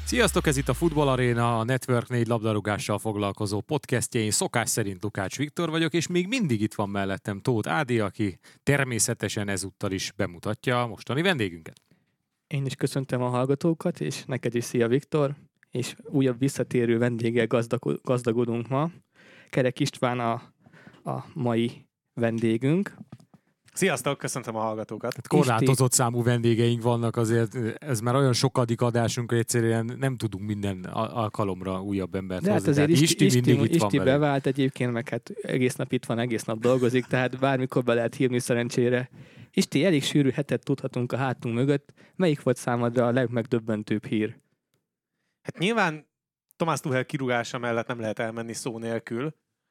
Sziasztok, ez itt a Futball Arena, a Network 4 labdarúgással foglalkozó podcastje. Én szokás szerint Lukács Viktor vagyok, és még mindig itt van mellettem Tóth Ádi, aki természetesen ezúttal is bemutatja a mostani vendégünket. Én is köszöntöm a hallgatókat, és neked is szia Viktor, és újabb visszatérő vendéggel gazdagodunk ma. Kerek István a mai vendégünk. Sziasztok, köszöntöm a hallgatókat. Korlátozott számú vendégeink vannak, azért ez már olyan sokadik adásunk, hogy egyszerűen nem tudunk minden alkalomra újabb embert de hozni. Hát azért Isti van bevált egyébként, meg hát egész nap itt van, egész nap dolgozik, tehát bármikor be lehet hívni szerencsére. Isti, elég sűrű hetet tudhatunk a hátunk mögött. Melyik volt számodra a legmegdöbbentőbb hír? Hát nyilván Thomas Tuchel kirúgása mellett nem lehet elmenni szó nélkül,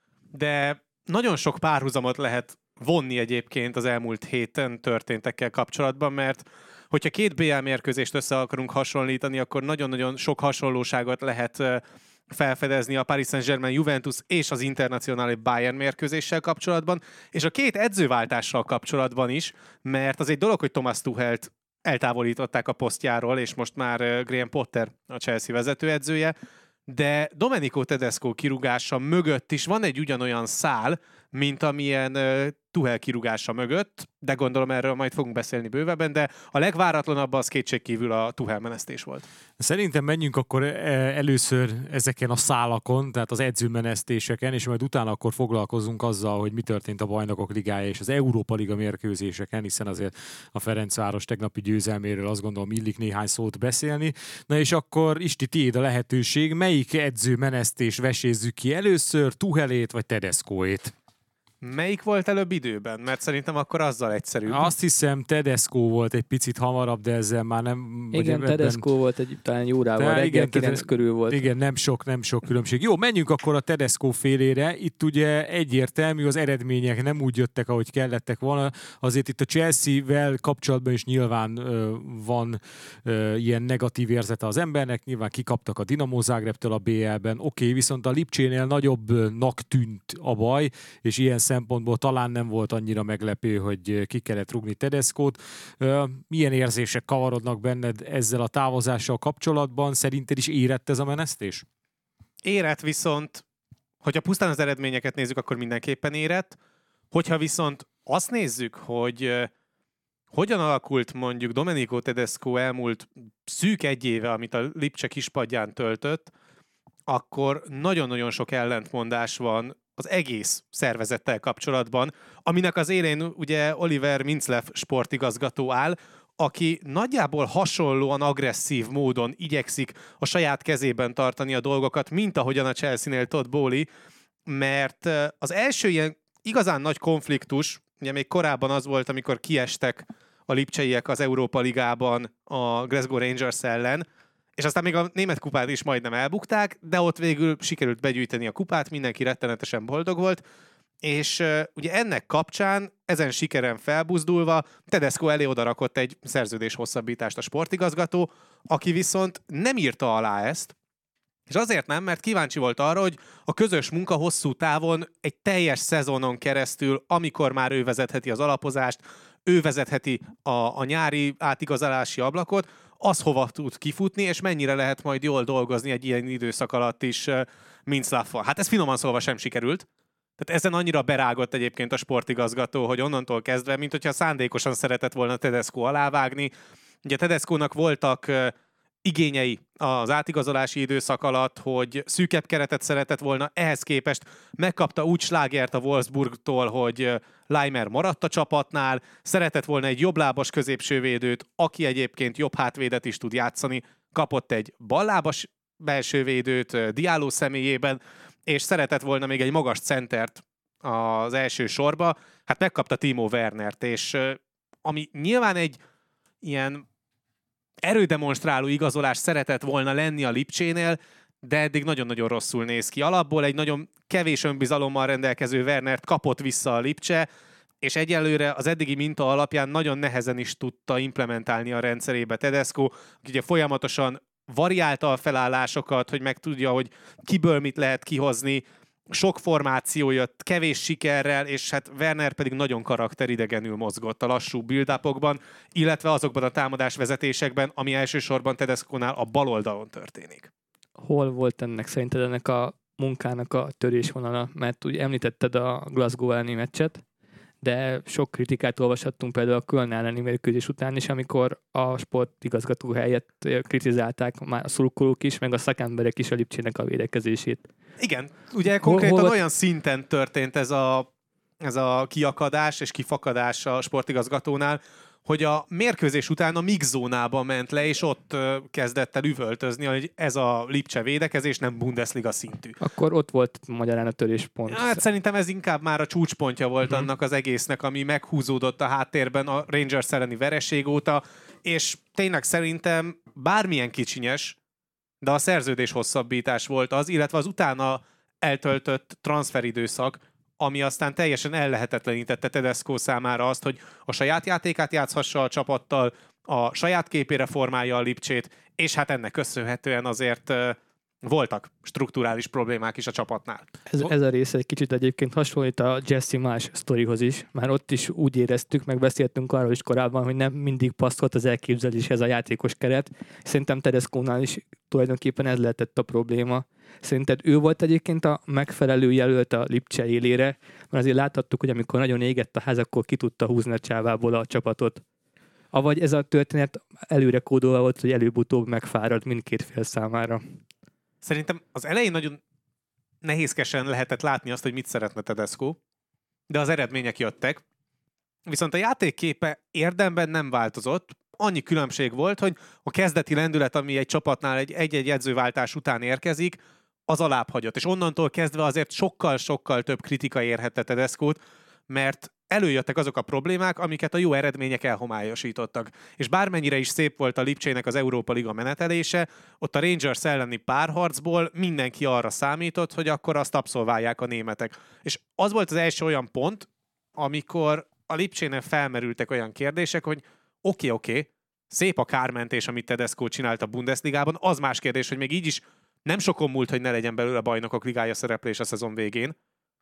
de nagyon sok párhuzamot lehet vonni egyébként az elmúlt héten történtekkel kapcsolatban, mert hogyha két BL mérkőzést össze akarunk hasonlítani, akkor nagyon-nagyon sok hasonlóságot lehet felfedezni a Paris Saint-Germain Juventus és az Internazionale Bayern mérkőzéssel kapcsolatban, és a két edzőváltással kapcsolatban is, mert az egy dolog, hogy Thomas Tuchelt eltávolították a posztjáról, és most már Graham Potter a Chelsea vezetőedzője, de Domenico Tedesco kirúgása mögött is van egy ugyanolyan szál, mint amilyen Tuchel kirúgása mögött, de gondolom erről majd fogunk beszélni bővebben, de a legváratlanabb az kétségkívül a Tuchel menesztés volt. Szerintem menjünk akkor először ezeken a szálakon, tehát az edzőmenesztéseken, és majd utána akkor foglalkozunk azzal, hogy mi történt a Bajnokok Ligája és az Európa Liga mérkőzéseken, hiszen azért a Ferencváros tegnapi győzelméről azt gondolom illik néhány szót beszélni. Na és akkor Isti, tiéd a lehetőség, melyik edzőmenesztés vesézzük ki először, Tuchelét vagy Tedescoét? Melyik volt előbb időben? Mert szerintem akkor azzal egyszerűbb. Azt hiszem Tedesco volt egy picit hamarabb, de ezzel már nem... Igen, Tedesco volt talán egy órával, reggel 9 körül volt. Igen, nem sok különbség. Jó, menjünk akkor a Tedesco félére. Itt ugye egyértelmű, az eredmények nem úgy jöttek, ahogy kellettek volna. Azért itt a Chelsea-vel kapcsolatban is nyilván van ilyen negatív érzete az embernek. Nyilván kikaptak a Dinamo Zágrebtől a BL-ben. Oké, viszont a Lipcsénél nagyobbnak tűnt a baj, és ilyen szempontból talán nem volt annyira meglepő, hogy ki kellett rúgni Tedescót. Milyen érzések kavarodnak benned ezzel a távozással kapcsolatban? Szerinted is érett ez a menesztés? Érett, viszont hogyha pusztán az eredményeket nézzük, akkor mindenképpen érett. Hogyha viszont azt nézzük, hogy hogyan alakult mondjuk Domenico Tedesco elmúlt szűk egy éve, amit a Lipcse kispadján töltött, akkor nagyon-nagyon sok ellentmondás van az egész szervezettel kapcsolatban, aminek az élén ugye Oliver Mintzlaff sportigazgató áll, aki nagyjából hasonlóan agresszív módon igyekszik a saját kezében tartani a dolgokat, mint ahogyan a Chelsea-nél Todd Bowley, mert az első ilyen igazán nagy konfliktus, ugye még korábban az volt, amikor kiestek a lipcseiek az Európa Ligában a Glasgow Rangers ellen, és aztán még a német kupát is majdnem elbukták, de ott végül sikerült begyűjteni a kupát, mindenki rettenetesen boldog volt, és ugye ennek kapcsán, ezen sikeren felbuzdulva, Tedesco elé odarakott egy szerződés hosszabbítást a sportigazgató, aki viszont nem írta alá ezt, és azért nem, mert kíváncsi volt arra, hogy a közös munka hosszú távon egy teljes szezonon keresztül, amikor már ő vezetheti az alapozást, ő vezetheti a nyári átigazolási ablakot, az hova tud kifutni, és mennyire lehet majd jól dolgozni egy ilyen időszak alatt is Mintzlaffal. Hát ez finoman szólva sem sikerült. Tehát ezen annyira berágott egyébként a sportigazgató, hogy onnantól kezdve, mint hogyha szándékosan szeretett volna Tedesco alávágni. Ugye Tedescónak voltak igényei az átigazolási időszak alatt, hogy szűkebb keretet szeretett volna, ehhez képest megkapta úgy slágert a Wolfsburgtól, hogy Leimer maradt a csapatnál, szeretett volna egy jobblábas középsővédőt, aki egyébként jobb hátvédet is tud játszani, kapott egy ballábas belsővédőt Diallo személyében, és szeretett volna még egy magas centert az első sorba, hát megkapta Timo Wernert, és ami nyilván egy ilyen erődemonstráló igazolás szeretett volna lenni a Lipcsénél, de eddig nagyon-nagyon rosszul néz ki. Alapból egy nagyon kevés önbizalommal rendelkező Wernert kapott vissza a Lipcse, és egyelőre az eddigi minta alapján nagyon nehezen is tudta implementálni a rendszerébe Tedesco, aki ugye folyamatosan variálta a felállásokat, hogy megtudja, hogy kiből mit lehet kihozni, sok formáció jött, kevés sikerrel, és hát Werner pedig nagyon karakteridegenül mozgott a lassú build-upokban, illetve azokban a támadásvezetésekben, ami elsősorban Tedesco-nál a bal oldalon történik. Hol volt szerinted ennek a munkának a törésvonala? Mert úgy említetted a Glasgow elleni meccset, de sok kritikát olvashattunk például a Köln elleni mérkőzés után is, amikor a sportigazgató helyett kritizálták már a szurkolók is, meg a szakemberek is a Lipcsének a védekezését. Igen, ugye konkrétan olyan szinten történt ez a kiakadás és kifakadás a sportigazgatónál, hogy a mérkőzés után a mix zónába ment le, és ott kezdett el üvöltözni, hogy ez a Lipcse védekezés nem Bundesliga szintű. Akkor ott volt magyarán a töréspont. Hát szerintem ez inkább már a csúcspontja volt annak az egésznek, ami meghúzódott a háttérben a Rangers elleni vereség óta, és tényleg szerintem bármilyen kicsinyes, de a szerződés hosszabbítás volt az, illetve az utána eltöltött transferidőszak, ami aztán teljesen ellehetetlenítette Tedesco számára azt, hogy a saját játékát játszhassa a csapattal, a saját képére formálja a Lipcsét, és hát ennek köszönhetően azért voltak strukturális problémák is a csapatnál. Ez a része egy kicsit egyébként hasonlít a Jesse Marsh sztorihoz is. Már ott is úgy éreztük, meg beszéltünk arról is korábban, hogy nem mindig passzolt az elképzeléshez a játékos keret. Szerintem Tedesco-nál is tulajdonképpen ez lehetett a probléma. Szerinted ő volt egyébként a megfelelő jelölt a Lipcse élére? Mert azért láthattuk, hogy amikor nagyon égett a ház, akkor ki tudta húzni a csávából a csapatot. Avagy ez a történet előre kódolva volt, hogy előbb-utóbb megfárad mindkét fél számára. Szerintem az elején nagyon nehézkesen lehetett látni azt, hogy mit szeretne Tedesco, de az eredmények jöttek. Viszont a játékképe érdemben nem változott. Annyi különbség volt, hogy a kezdeti lendület, ami egy csapatnál egy-egy edzőváltás után érkezik, az alább hagyott. És onnantól kezdve azért sokkal-sokkal több kritika érhette Tedescót, mert előjöttek azok a problémák, amiket a jó eredmények elhomályosítottak. És bármennyire is szép volt a Lipcsének az Európa Liga menetelése, ott a Rangers elleni párharcból mindenki arra számított, hogy akkor azt abszolválják a németek. És az volt az első olyan pont, amikor a Lipcsénél felmerültek olyan kérdések, hogy oké, szép a kármentés, amit Tedesco csinált a Bundesligában, az más kérdés, hogy még így is nem sokon múlt, hogy ne legyen belőle a Bajnokok Ligája szereplés a szezon végén,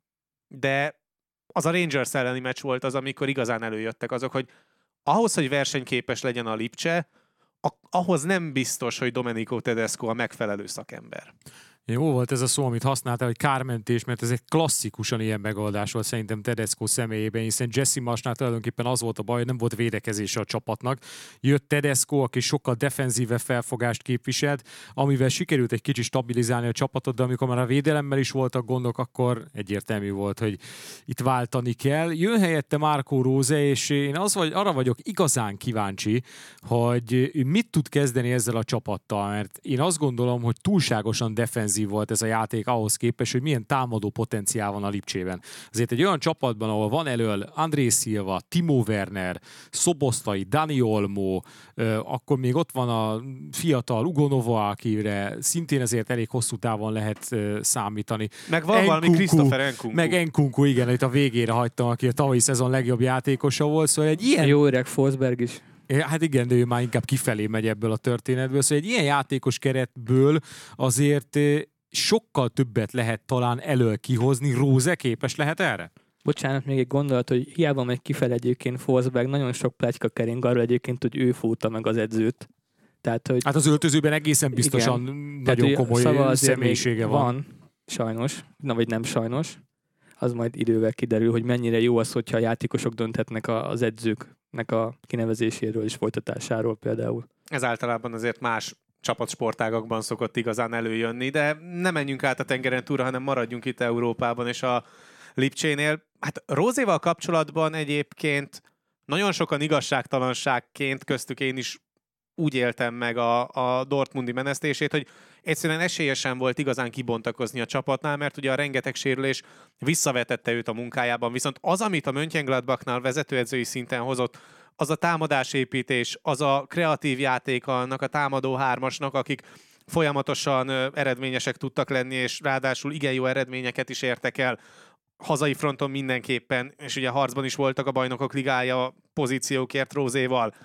de az a Rangers elleni meccs volt az, amikor igazán előjöttek azok, hogy ahhoz, hogy versenyképes legyen a Lipcse, ahhoz nem biztos, hogy Domenico Tedesco a megfelelő szakember. Jó volt ez a szó, amit használtál, hogy kármentés, mert ez egy klasszikusan ilyen megoldás volt szerintem Tedesco személyében, hiszen Jesse Marshnak tulajdonképpen az volt a baj, hogy nem volt védekezése a csapatnak. Jött Tedesco, aki sokkal defenzíve felfogást képviselt, amivel sikerült egy kicsit stabilizálni a csapatot, de amikor már a védelemmel is voltak gondok, akkor egyértelmű volt, hogy itt váltani kell. Jön helyette Marco Rose, és én arra vagyok igazán kíváncsi, hogy mit tud kezdeni ezzel a csapattal, mert én azt gondolom, hogy túlságosan defenzív volt ez a játék ahhoz képest, hogy milyen támadó potenciál van a Lipcsében. Azért egy olyan csapatban, ahol van elől André Silva, Timo Werner, Szoboszlai, Dani Olmo, akkor még ott van a fiatal Ugo Nova, akire szintén azért elég hosszú távon lehet számítani. Meg van valami Christopher Nkunku. Meg Nkunku, igen, itt a végére hagytam, aki a tavalyi szezon legjobb játékosa volt, szóval egy ilyen... Jó öreg Forsberg is. Hát igen, de ő már inkább kifelé megy ebből a történetből. Szóval egy ilyen játékos keretből azért sokkal többet lehet talán elől kihozni. Rose képes lehet erre? Bocsánat, még egy gondolat, hogy hiába megy kifele egyébként Forsberg, nagyon sok pletyka kering arról egyébként, hogy ő fújta meg az edzőt. Tehát, hogy hát az öltözőben egészen biztosan igen, nagyon tehát, komoly személyisége van. Sajnos, vagy nem sajnos. Az majd idővel kiderül, hogy mennyire jó az, hogyha a játékosok dönthetnek az edzőknek a kinevezéséről és folytatásáról például. Ez általában azért más csapatsportágakban szokott igazán előjönni, de nem menjünk át a tengeren túlra, hanem maradjunk itt Európában és a Lipcsénél. Hát Rózéval kapcsolatban egyébként nagyon sokan igazságtalanságként, köztük én is úgy éltem meg a Dortmundi menesztését, hogy egyszerűen esélyesen volt igazán kibontakozni a csapatnál, mert ugye a rengeteg sérülés visszavetette őt a munkájában. Viszont az, amit a Mönchengladbachnál vezetőedzői szinten hozott, az a támadásépítés, az a kreatív játék annak a támadó hármasnak, akik folyamatosan eredményesek tudtak lenni, és ráadásul igen jó eredményeket is értek el hazai fronton mindenképpen, és ugye harcban is voltak a Bajnokok Ligája pozíciókért Rózéval.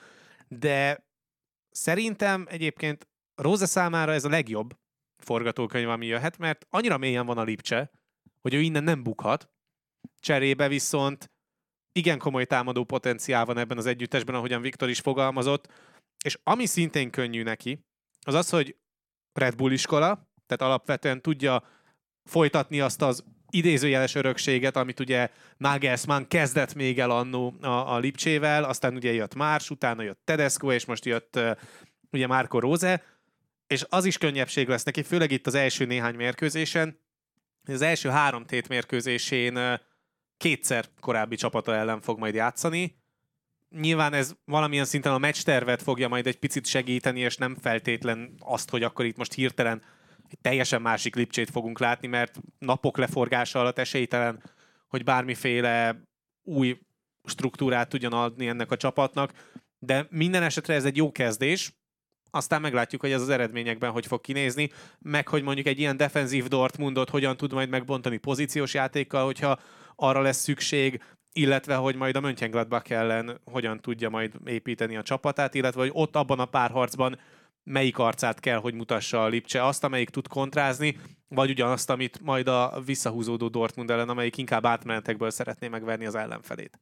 De szerintem egyébként Rose számára ez a legjobb forgatókönyv, ami jöhet, mert annyira mélyen van a Lipcse, hogy ő innen nem bukhat. Cserébe viszont igen komoly támadó potenciál van ebben az együttesben, ahogyan Viktor is fogalmazott, és ami szintén könnyű neki, az az, hogy Red Bull iskola, tehát alapvetően tudja folytatni azt az idézőjeles örökséget, amit ugye Nagelsmann kezdett még el annó a Lipcsével, aztán ugye jött Marsch, utána jött Tedesco, és most jött ugye Marco Rose, és az is könnyebbség lesz neki, főleg itt az első néhány mérkőzésen. Az első 3 tétmérkőzésén 2-szer korábbi csapata ellen fog majd játszani. Nyilván ez valamilyen szinten a meccstervet fogja majd egy picit segíteni, és nem feltétlen azt, hogy akkor itt most hirtelen egy teljesen másik Lipcsét fogunk látni, mert napok leforgása alatt esélytelen, hogy bármiféle új struktúrát tudjon adni ennek a csapatnak, de minden esetre ez egy jó kezdés, aztán meglátjuk, hogy ez az eredményekben hogy fog kinézni, meg hogy mondjuk egy ilyen defenzív Dortmundot hogyan tud majd megbontani pozíciós játékkal, hogyha arra lesz szükség, illetve hogy majd a Mönchengladbach ellen hogyan tudja majd építeni a csapatát, illetve hogy ott abban a párharcban melyik arcát kell, hogy mutassa a Lipcse, azt, amelyik tud kontrázni, vagy ugyanazt, amit majd a visszahúzódó Dortmund ellen, amelyik inkább átmenetekből szeretné megverni az ellenfelét.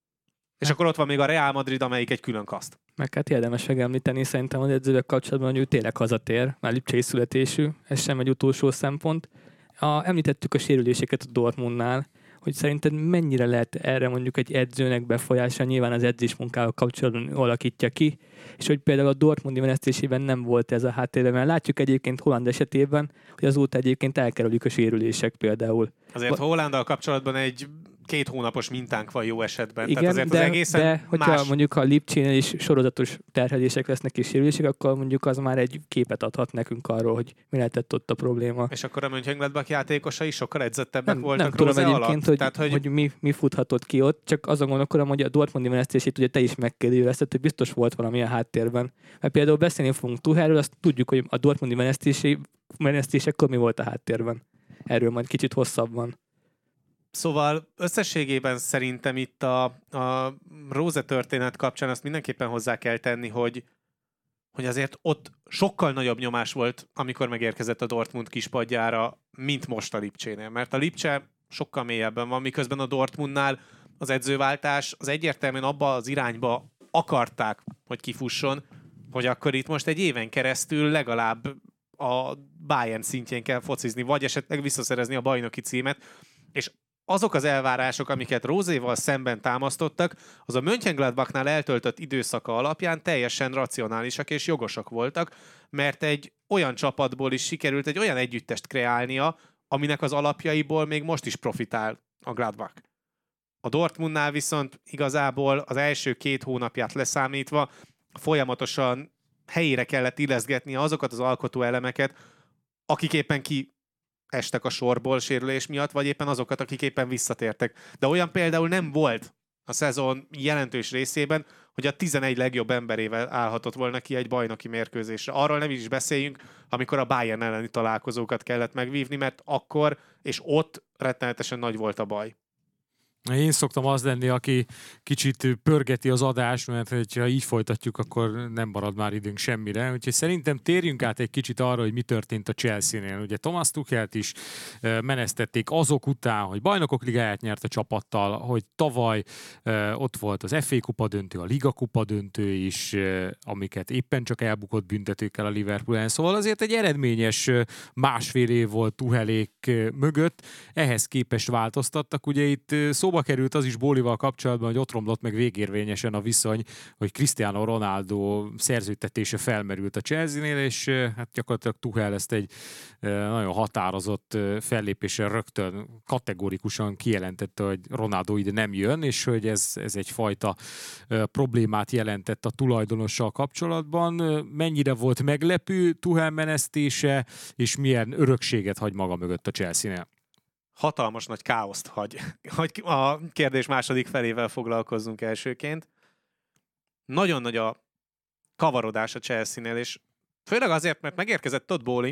És akkor ott van még a Real Madrid, amelyik egy külön kaszt. Meg hát érdemes megemlíteni szerintem az edzővel kapcsolatban, hogy ő tényleg hazatér, már lipcsei születésű, ez sem egy utolsó szempont. Említettük a sérüléseket a Dortmundnál, hogy szerinted mennyire lehet erre mondjuk egy edzőnek befolyása, nyilván az edzésmunkával kapcsolatban alakítja ki, és hogy például a Dortmundi menesztésében nem volt ez a háttérben, mert látjuk egyébként Haaland esetében, hogy azóta egyébként elkerülik a sérülések például. Azért Haalanddal kapcsolatban egy 2 hónapos mintánk van jó esetben. Igen, tehát azért az egészen de hogyha más. mondjuk a Lipcsénél is sorozatos terhelések lesznek és sérülések, akkor mondjuk az már egy képet adhat nekünk arról, hogy mi lehetett ott a probléma. És akkor a Mönchengladbach játékosai sokkal edzettebbek voltak nem tudom Rose egyébként, alatt. hogy mi futhatott ki ott, csak azon gondolkodom, hogy a Dortmundi menesztését ugye te is megkérdőjelezted, hogy biztos volt valami a háttérben. Mert például beszélni fogunk Tuchelről, azt tudjuk, hogy a Dortmundi menesztésekor mi volt a háttérben. Erről majd kicsit hosszabban. Szóval összességében szerintem itt a Rose történet kapcsán azt mindenképpen hozzá kell tenni, hogy azért ott sokkal nagyobb nyomás volt, amikor megérkezett a Dortmund kispadjára, mint most a Lipcsénél. Mert a Lipcse sokkal mélyebben van, miközben a Dortmundnál az edzőváltás az egyértelműen abba az irányba akarták, hogy kifusson, hogy akkor itt most egy éven keresztül legalább a Bayern szintjén kell focizni, vagy esetleg visszaszerezni a bajnoki címet, és azok az elvárások, amiket Roséval szemben támasztottak, az a Mönchengladbachnál eltöltött időszaka alapján teljesen racionálisak és jogosak voltak, mert egy olyan csapatból is sikerült egy olyan együttest kreálnia, aminek az alapjaiból még most is profitál a Gladbach. A Dortmundnál viszont igazából az első 2 hónapját leszámítva folyamatosan helyére kellett illeszgetnie azokat az alkotó elemeket, akik éppen estek a sorból sérülés miatt, vagy éppen azokat, akik éppen visszatértek. De olyan például nem volt a szezon jelentős részében, hogy a 11 legjobb emberével állhatott volna ki egy bajnoki mérkőzésre. Arról nem is beszéljünk, amikor a Bayern elleni találkozókat kellett megvívni, mert akkor és ott rettenetesen nagy volt a baj. Én szoktam az lenni, aki kicsit pörgeti az adást, mert ha így folytatjuk, akkor nem marad már időnk semmire. Úgyhogy szerintem térjünk át egy kicsit arra, hogy mi történt a Chelsea-nél. Ugye Thomas Tuchelt is menesztették azok után, hogy Bajnokok Ligáját nyert a csapattal, hogy tavaly ott volt az FA Kupa döntő, a Liga Kupa döntő is, amiket éppen csak elbukott büntetőkkel a Liverpoolen. Szóval azért egy eredményes másfél év volt Tuchelék mögött. Ehhez képest változtattak. Ugye itt szóba került az is Bólival kapcsolatban, hogy ott romlott meg végérvényesen a viszony, hogy Cristiano Ronaldo szerződtetése felmerült a Chelsea-nél, és hát gyakorlatilag Tuchel ezt egy nagyon határozott fellépéssel rögtön kategórikusan kijelentette, hogy Ronaldo ide nem jön, és hogy ez egyfajta problémát jelentett a tulajdonossal kapcsolatban. Mennyire volt meglepő Tuchel menesztése, és milyen örökséget hagy maga mögött a Chelsea-nél? Hatalmas nagy káoszt hagy. Hogy a kérdés második felével foglalkozzunk elsőként. Nagyon nagy a kavarodás a Chelsea-nél, és főleg azért, mert megérkezett Todd Bowley,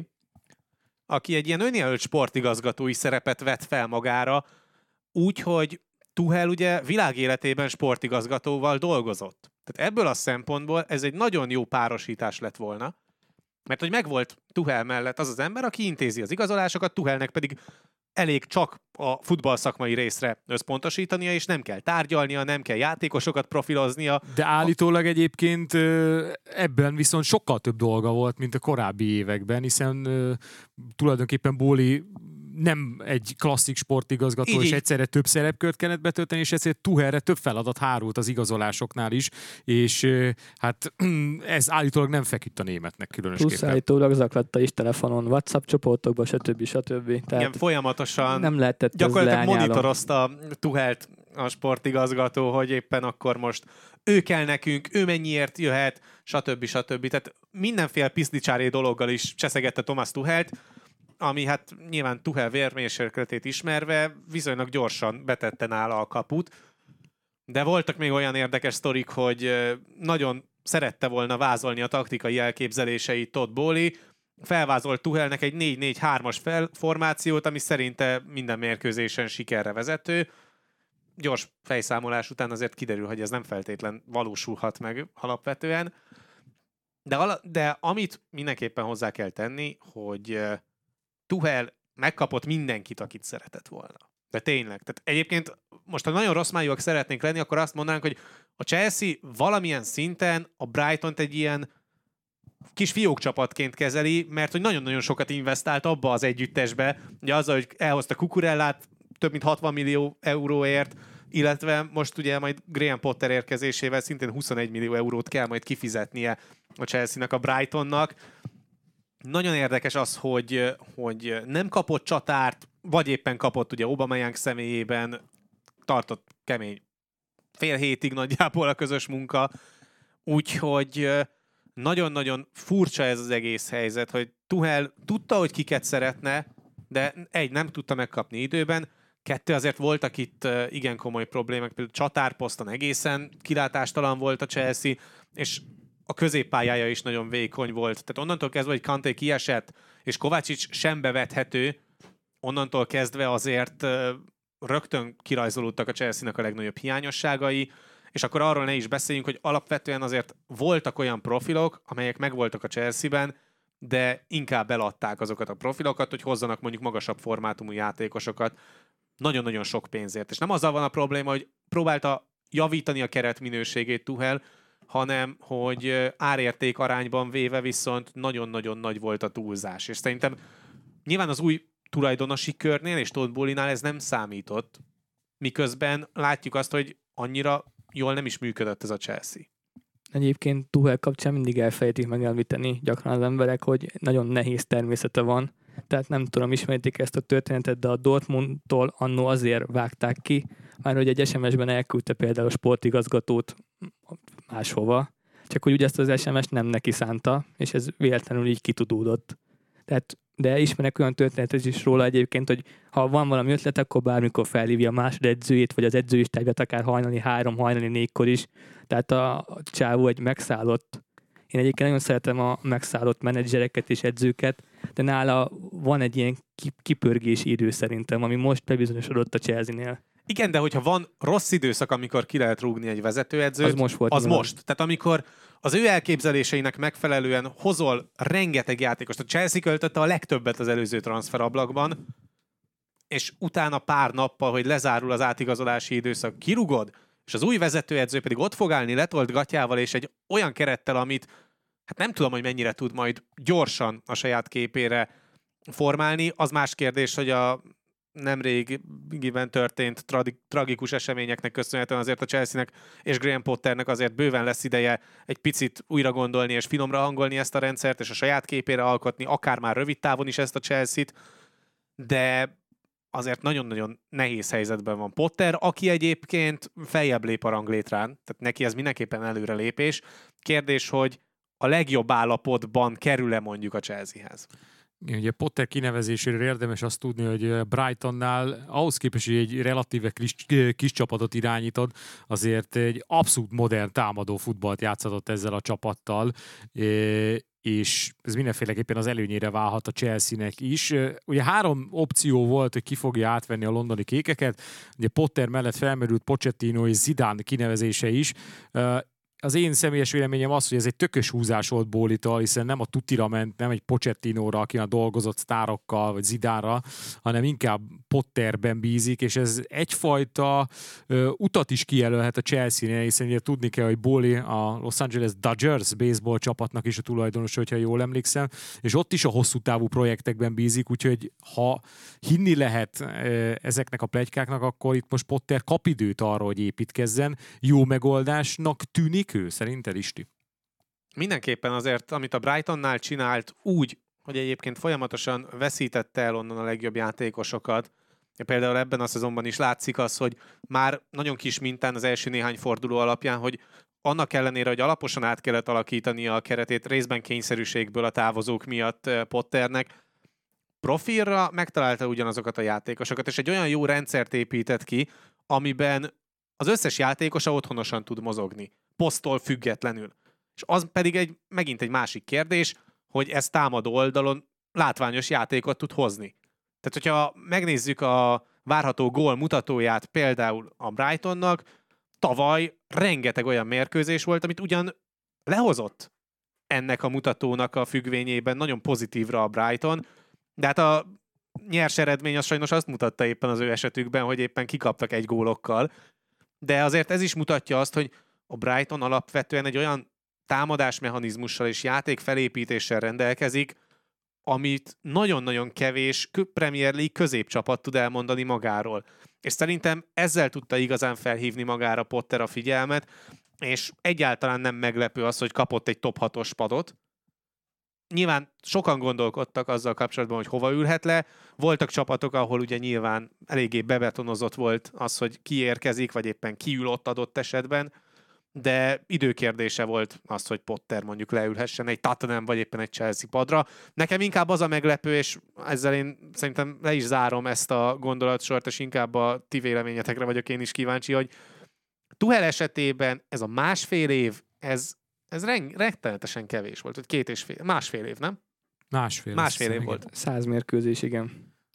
aki egy ilyen önjelölt sportigazgatói szerepet vett fel magára, úgyhogy Tuchel ugye világéletében sportigazgatóval dolgozott. Tehát ebből a szempontból ez egy nagyon jó párosítás lett volna, mert hogy megvolt Tuchel mellett az az ember, aki intézi az igazolásokat, Tuchelnek pedig elég csak a futball szakmai részre összpontosítania, és nem kell tárgyalnia, nem kell játékosokat profiloznia. De állítólag egyébként ebben viszont sokkal több dolga volt, mint a korábbi években, hiszen tulajdonképpen Bóli nem egy klasszik sportigazgató, és egyszerre több szerepkört kellett betölteni, és ezért Tuchelre több feladat hárult az igazolásoknál is, és hát ez állítólag nem feküdt a németnek különösképpen. Plusz állítólag zaklatta is telefonon, WhatsApp csoportokba, stb. Tehát igen, folyamatosan nem lehetett gyakorlatilag monitorozta Tuchelt a sportigazgató, hogy éppen akkor most ő kell nekünk, ő mennyiért jöhet, stb. Tehát mindenféle piszlicsári dologgal is cseszegette Thomas Tuchelt, ami hát nyilván Tuchel vérmérsékletét ismerve viszonylag gyorsan betette nála a kaput. De voltak még olyan érdekes sztorik, hogy nagyon szerette volna vázolni a taktikai elképzeléseit Todd Bowley. Felvázolt Tuchelnek egy 4-4-3-as formációt, ami szerinte minden mérkőzésen sikerre vezető. Gyors fejszámolás után azért kiderül, hogy ez nem feltétlen valósulhat meg alapvetően. De amit mindenképpen hozzá kell tenni, hogy Tuchel megkapott mindenkit, akit szeretett volna. De tényleg. Tehát egyébként most, ha nagyon rossz májúak szeretnénk lenni, akkor azt mondanánk, hogy a Chelsea valamilyen szinten a Brightont egy ilyen kis fiókcsapatként kezeli, mert hogy nagyon-nagyon sokat investált abba az együttesbe, ugye azzal, hogy elhozta Cucurellát több mint 60 millió euróért, illetve most ugye majd Graham Potter érkezésével szintén 21 millió eurót kell majd kifizetnie a Chelsea-nek a Brightonnak. Nagyon érdekes az, hogy nem kapott csatárt, vagy éppen kapott ugye Aubameyang személyében, tartott kemény fél hétig nagyjából a közös munka, úgyhogy nagyon-nagyon furcsa ez az egész helyzet, hogy Tuchel tudta, hogy kiket szeretne, de nem tudta megkapni időben, 2 azért voltak itt igen komoly problémák, például csatárposzton egészen kilátástalan volt a Chelsea, és a középpályája is nagyon vékony volt. Tehát onnantól kezdve, hogy Kanté kiesett, és Kovácsics sem bevethető, onnantól kezdve azért rögtön kirajzolódtak a Chelsea-nek a legnagyobb hiányosságai, és akkor arról ne is beszéljünk, hogy alapvetően azért voltak olyan profilok, amelyek megvoltak a Chelsea-ben, de inkább eladták azokat a profilokat, hogy hozzanak mondjuk magasabb formátumú játékosokat nagyon-nagyon sok pénzért. És nem azzal van a probléma, hogy próbálta javítani a keret minőségét Tuchel, hanem hogy árérték arányban véve viszont nagyon-nagyon nagy volt a túlzás. És szerintem nyilván az új tulajdonosi körnél és Todd Bowley-nál ez nem számított, miközben látjuk azt, hogy annyira jól nem is működött ez a Chelsea. Egyébként Tuchel kapcsán mindig elfelejtik megemlíteni gyakran az emberek, hogy nagyon nehéz természete van. Tehát nem tudom, ismerték ezt a történetet, de a Dortmundtól annó azért vágták ki, már hogy egy SMS-ben elküldte például a sportigazgatót máshova, csak hogy ugye ezt az SMS nem neki szánta, és ez véletlenül így kitudódott. Tehát, de ismerek olyan történetet is róla egyébként, hogy ha van valami ötlet, akkor bármikor felhívja a másodedzőjét, vagy az edzőistáját akár hajnali 3, hajnali 4-kor is. Tehát a csávó egy megszállott. Én egyébként nagyon szeretem a megszállott menedzsereket és edzőket, de nála van egy ilyen kipörgési idő szerintem, ami most bebizonyosodott a Chelsea-nél. Igen, de hogyha van rossz időszak, amikor ki lehet rúgni egy vezetőedzőt, az most volt. Az most. Tehát amikor az ő elképzeléseinek megfelelően hozol rengeteg játékost. A Chelsea költötte a legtöbbet az előző transferablakban, és utána pár nappal, hogy lezárul az átigazolási időszak, kirugod, és az új vezetőedző pedig ott fog állni letolt gatyával, és egy olyan kerettel, amit hát nem tudom, hogy mennyire tud majd gyorsan a saját képére formálni. Az más kérdés, hogy a nemrégiben történt tragikus eseményeknek köszönhetően azért a Chelsea-nek és Graham Potternek azért bőven lesz ideje egy picit újra gondolni és finomra hangolni ezt a rendszert, és a saját képére alkotni, akár már rövid távon is ezt a Chelsea-t, de azért nagyon-nagyon nehéz helyzetben van Potter, aki egyébként feljebb lép a ranglétrán, tehát neki ez mindenképpen előrelépés. Kérdés, hogy a legjobb állapotban kerül-e mondjuk a Chelseahez? Ugye Potter kinevezéséről érdemes azt tudni, hogy Brightonnál ahhoz képest, hogy egy relatíve kis csapatot irányítod, azért egy abszolút modern támadó futballt játszott ezzel a csapattal, és ez mindenféleképpen az előnyére válhat a Chelsea-nek is. Ugye 3 opció volt, hogy ki fogja átvenni a londoni kékeket. Ugye Potter mellett felmerült Pochettino és Zidane kinevezése is. az én személyes véleményem az, hogy ez egy tökös húzás volt Bólitól, hiszen nem a Tutira ment, nem egy Pochettinóra, aki már dolgozott sztárokkal, vagy Zidánra, hanem inkább Potterben bízik, és ez egyfajta utat is kijelölhet a Chelsea-nél, hiszen ugye tudni kell, hogy Bóli a Los Angeles Dodgers baseball csapatnak is a tulajdonos, hogyha jól emlékszem, és ott is a hosszú távú projektekben bízik, úgyhogy ha hinni lehet ezeknek a pletykáknak, akkor itt most Potter kap időt arra, hogy építkezzen. Jó megoldásnak tűnik ő, szerinted, Isti? Mindenképpen azért, amit a Brightonnál csinált úgy, hogy egyébként folyamatosan veszítette el onnan a legjobb játékosokat. Például ebben a szezonban is látszik az, hogy már nagyon kis mintán az első néhány forduló alapján, hogy annak ellenére, hogy alaposan át kellett alakítania a keretét részben kényszerűségből a távozók miatt Potternek, profilra megtalálta ugyanazokat a játékosokat, és egy olyan jó rendszert épített ki, amiben az összes játékosa otthonosan tud mozogni, poszttól függetlenül. És az pedig megint egy másik kérdés, hogy ez támadó oldalon látványos játékot tud hozni. Tehát, hogyha megnézzük a várható gól mutatóját például a Brightonnak, tavaly rengeteg olyan mérkőzés volt, amit ugyan lehozott ennek a mutatónak a függvényében nagyon pozitívra a Brighton, de hát a nyers eredmény az sajnos azt mutatta éppen az ő esetükben, hogy éppen kikaptak egy gólokkal, de azért ez is mutatja azt, hogy a Brighton alapvetően egy olyan támadásmechanizmussal és játékfelépítéssel rendelkezik, amit nagyon-nagyon kevés Premier League középcsapat tud elmondani magáról. És szerintem ezzel tudta igazán felhívni magára Potter a figyelmet, és egyáltalán nem meglepő az, hogy kapott egy top 6-os padot. Nyilván sokan gondolkodtak azzal kapcsolatban, hogy hova ülhet le. Voltak csapatok, ahol ugye nyilván eléggé bebetonozott volt az, hogy ki érkezik, vagy éppen ki ül ott adott esetben, de időkérdése volt az, hogy Potter mondjuk leülhessen egy Tottenham vagy éppen egy Chelsea padra. Nekem inkább az a meglepő, és ezzel én szerintem le is zárom ezt a gondolatsort, és inkább a ti véleményetekre vagyok én is kíváncsi, hogy Tuchel esetében ez a másfél év, ez rettenetesen kevés volt, vagy másfél év, nem? Másfél év volt. 100 mérkőzés, igen.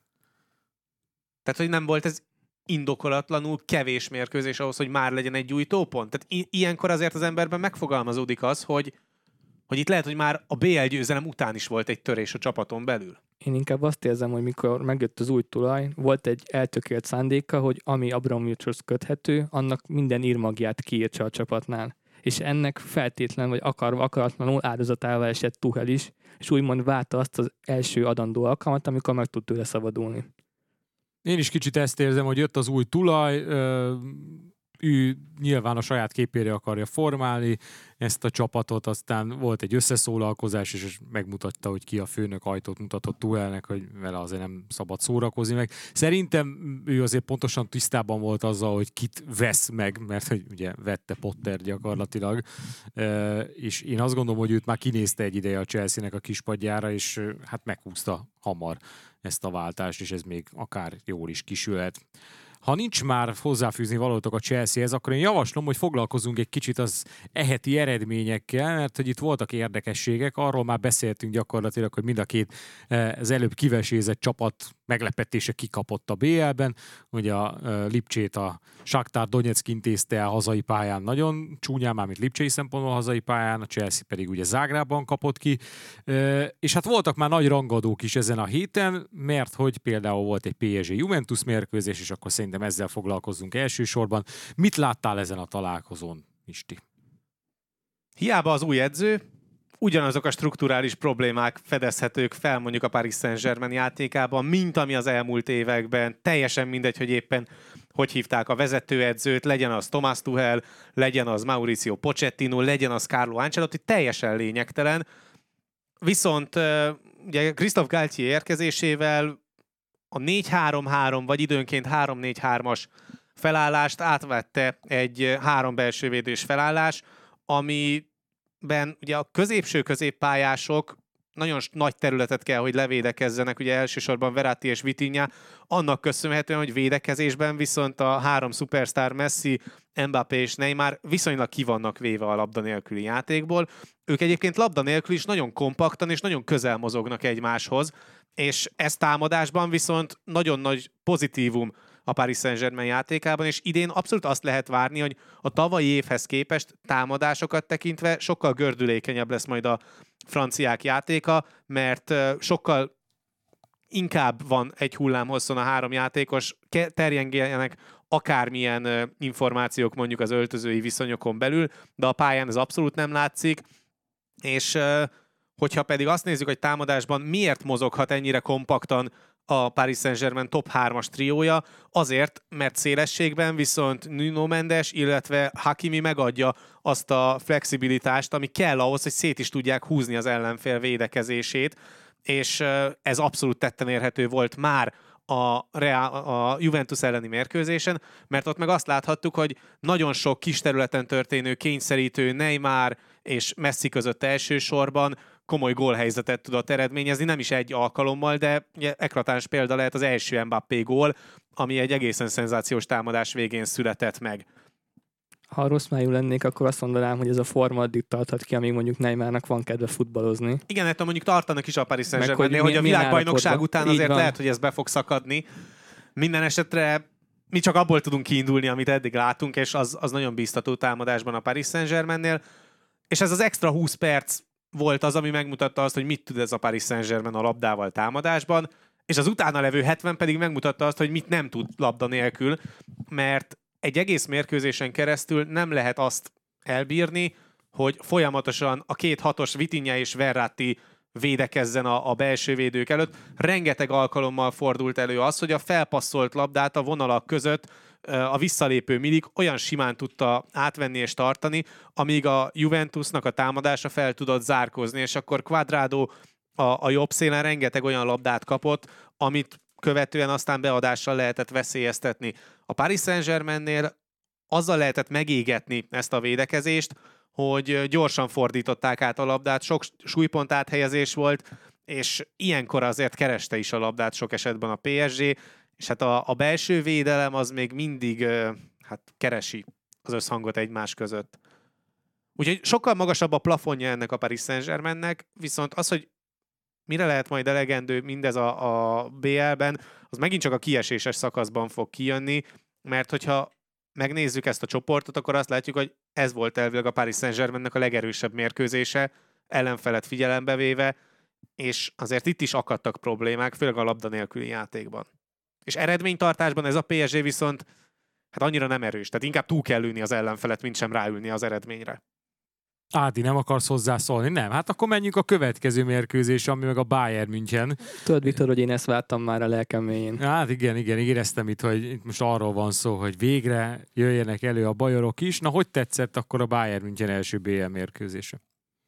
Tehát, hogy nem volt ez indokolatlanul kevés mérkőzés ahhoz, hogy már legyen egy gyújtópont. Tehát ilyenkor azért az emberben megfogalmazódik az, hogy itt lehet, hogy már a BL győzelem után is volt egy törés a csapaton belül. Én inkább azt érzem, hogy mikor megjött az új tulaj, volt egy eltökélt szándéka, hogy ami Abramovichhoz köthető, annak minden írmagját kiírtsa a csapatnál. És ennek feltétlen, vagy akaratlanul áldozatává esett Tuchel is, és úgymond várta azt az első adandó alkalmat, amikor meg tud tőle szabadulni. Én is kicsit ezt érzem, hogy jött az új tulaj, ő nyilván a saját képére akarja formálni ezt a csapatot, aztán volt egy összeszólalkozás, és megmutatta, hogy ki a főnök, ajtót mutatott Tuchelnek, hogy vele azért nem szabad szórakozni meg. Szerintem ő azért pontosan tisztában volt azzal, hogy kit vesz meg, mert hogy ugye vette Potter gyakorlatilag, és én azt gondolom, hogy őt már kinézte egy ideje a Chelsea-nek a kispadjára, és hát meghúzta hamar ezt a váltást, és ez még akár jól is kisülhet. Ha nincs már hozzáfűzni valótok a Chelseahez, akkor én javaslom, hogy foglalkozunk egy kicsit az eheti eredményekkel, mert hogy itt voltak érdekességek, arról már beszéltünk gyakorlatilag, hogy mind a két az előbb kivesézett csapat meglepetése kikapott a BL-ben, ugye a Lipcsét a Shakhtar Donetsk intézte el hazai pályán nagyon csúnyán, mármint lipcsei szempontból hazai pályán, a Chelsea pedig ugye Zágrában kapott ki, és hát voltak már nagy rangadók is ezen a héten, mert hogy például volt egy PSG-Juventus mérkőzés, és akkor szerintem ezzel foglalkozzunk elsősorban. Mit láttál ezen a találkozón, Isti? Hiába az új edző, ugyanazok a strukturális problémák fedezhetők fel mondjuk a Paris Saint-Germain játékában, mint ami az elmúlt években. Teljesen mindegy, hogy éppen hogy hívták a vezetőedzőt, legyen az Thomas Tuchel, legyen az Mauricio Pochettino, legyen az Carlo Ancelotti, teljesen lényegtelen. Viszont ugye Christophe Galtier érkezésével a 4-3-3 vagy időnként 3-4-3-as felállást átvette egy 3 belsővédős felállás, amiben ugye a középső-középpályások nagyon nagy területet kell, hogy levédekezzenek, ugye elsősorban Verratti és Vitinha, annak köszönhetően, hogy védekezésben viszont a 3 szupersztár Messi, Mbappé és Neymar viszonylag ki vannak véve a labda nélküli játékból. Ők egyébként labda nélkül is nagyon kompaktan és nagyon közel mozognak egymáshoz, és ez támadásban viszont nagyon nagy pozitívum a Paris Saint-Germain játékában, és idén abszolút azt lehet várni, hogy a tavalyi évhez képest támadásokat tekintve sokkal gördülékenyebb lesz majd a franciák játéka, mert sokkal inkább van egy hullámhosszon a három játékos, terjengenek akármilyen információk mondjuk az öltözői viszonyokon belül, de a pályán ez abszolút nem látszik, és hogyha pedig azt nézzük, hogy támadásban miért mozoghat ennyire kompaktan a Paris Saint-Germain top 3-as triója, azért, mert szélességben viszont Nuno Mendes, illetve Hakimi megadja azt a flexibilitást, ami kell ahhoz, hogy szét is tudják húzni az ellenfél védekezését, és ez abszolút tetten érhető volt már a Juventus elleni mérkőzésen, mert ott meg azt láthattuk, hogy nagyon sok kis területen történő kényszerítő Neymar és Messi között elsősorban komoly gólhelyzetet tudott eredményezni, nem is egy alkalommal, de eklatáns példa lehet az első Mbappé gól, ami egy egészen szenzációs támadás végén született meg. Ha rossz májú lennék, akkor azt mondanám, hogy ez a forma addig tarthat ki, amíg mondjuk Neymarnak van kedve futballozni. Igen, hát mondjuk tartanak is a Paris Saint-Germainnél, hogy a világbajnokság után azért lehet, hogy ez be fog szakadni. Minden esetre mi csak abból tudunk kiindulni, amit eddig látunk, és az nagyon bíztató támadásban a Paris Saint-Germainnél. És ez az extra 20 perc volt az, ami megmutatta azt, hogy mit tud ez a Paris Saint-Germain a labdával támadásban, és az utána levő 70 pedig megmutatta azt, hogy mit nem tud labda nélkül, mert egy egész mérkőzésen keresztül nem lehet azt elbírni, hogy folyamatosan a két hatos Vitinha és Verratti védekezzen a belső védők előtt. Rengeteg alkalommal fordult elő az, hogy a felpasszolt labdát a vonalak között a visszalépő Milik olyan simán tudta átvenni és tartani, amíg a Juventusnak a támadása fel tudott zárkózni, és akkor Cuadrado a jobb szélen rengeteg olyan labdát kapott, amit követően aztán beadással lehetett veszélyeztetni. A Paris Saint-Germainnél azzal lehetett megégetni ezt a védekezést, hogy gyorsan fordították át a labdát, sok súlypont áthelyezés volt, és ilyenkor azért kereste is a labdát sok esetben a PSG, és hát a belső védelem az még mindig keresi az összhangot egymás között. Úgyhogy sokkal magasabb a plafonja ennek a Paris Saint-Germainnek, viszont az, hogy mire lehet majd elegendő mindez a BL-ben, az megint csak a kieséses szakaszban fog kijönni, mert hogyha megnézzük ezt a csoportot, akkor azt látjuk, hogy ez volt elvileg a Paris Saint-Germainnek a legerősebb mérkőzése, ellenfelet figyelembe véve, és azért itt is akadtak problémák, főleg a labda nélküli játékban. És eredménytartásban ez a PSG viszont annyira nem erős, tehát inkább túl kell ülni az ellenfelet, mint sem ráülni az eredményre. Ádi, nem akarsz hozzászólni? Nem? Hát akkor menjünk a következő mérkőzésre, ami meg a Bayern München. Tudod, Viktor, hogy én ezt vártam már a lelkem mélyén. Hát igen, éreztem itt, hogy itt most arról van szó, hogy végre jöjjenek elő a bajorok is. Na, hogy tetszett akkor a Bayern München első BL mérkőzése?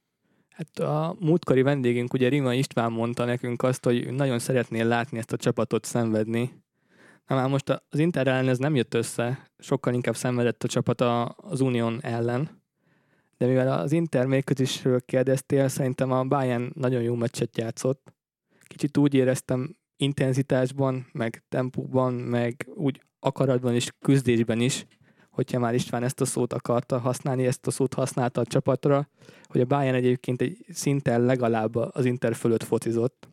Hát a múltkori vendégünk, ugye Rima István mondta nekünk azt, hogy nagyon szeretnél látni ezt a csapatot szenvedni. Na már most az Inter ellen ez nem jött össze, sokkal inkább szenvedett a csapat az Unión ellen. De mivel az Inter mérkőzésről kérdeztél, szerintem a Bayern nagyon jó meccset játszott. Kicsit úgy éreztem intenzitásban, meg tempóban, meg úgy akaratban és küzdésben is, hogyha már István ezt a szót akarta használni, ezt a szót használta a csapatra, hogy a Bayern egyébként egy szinten legalább az Inter fölött focizott.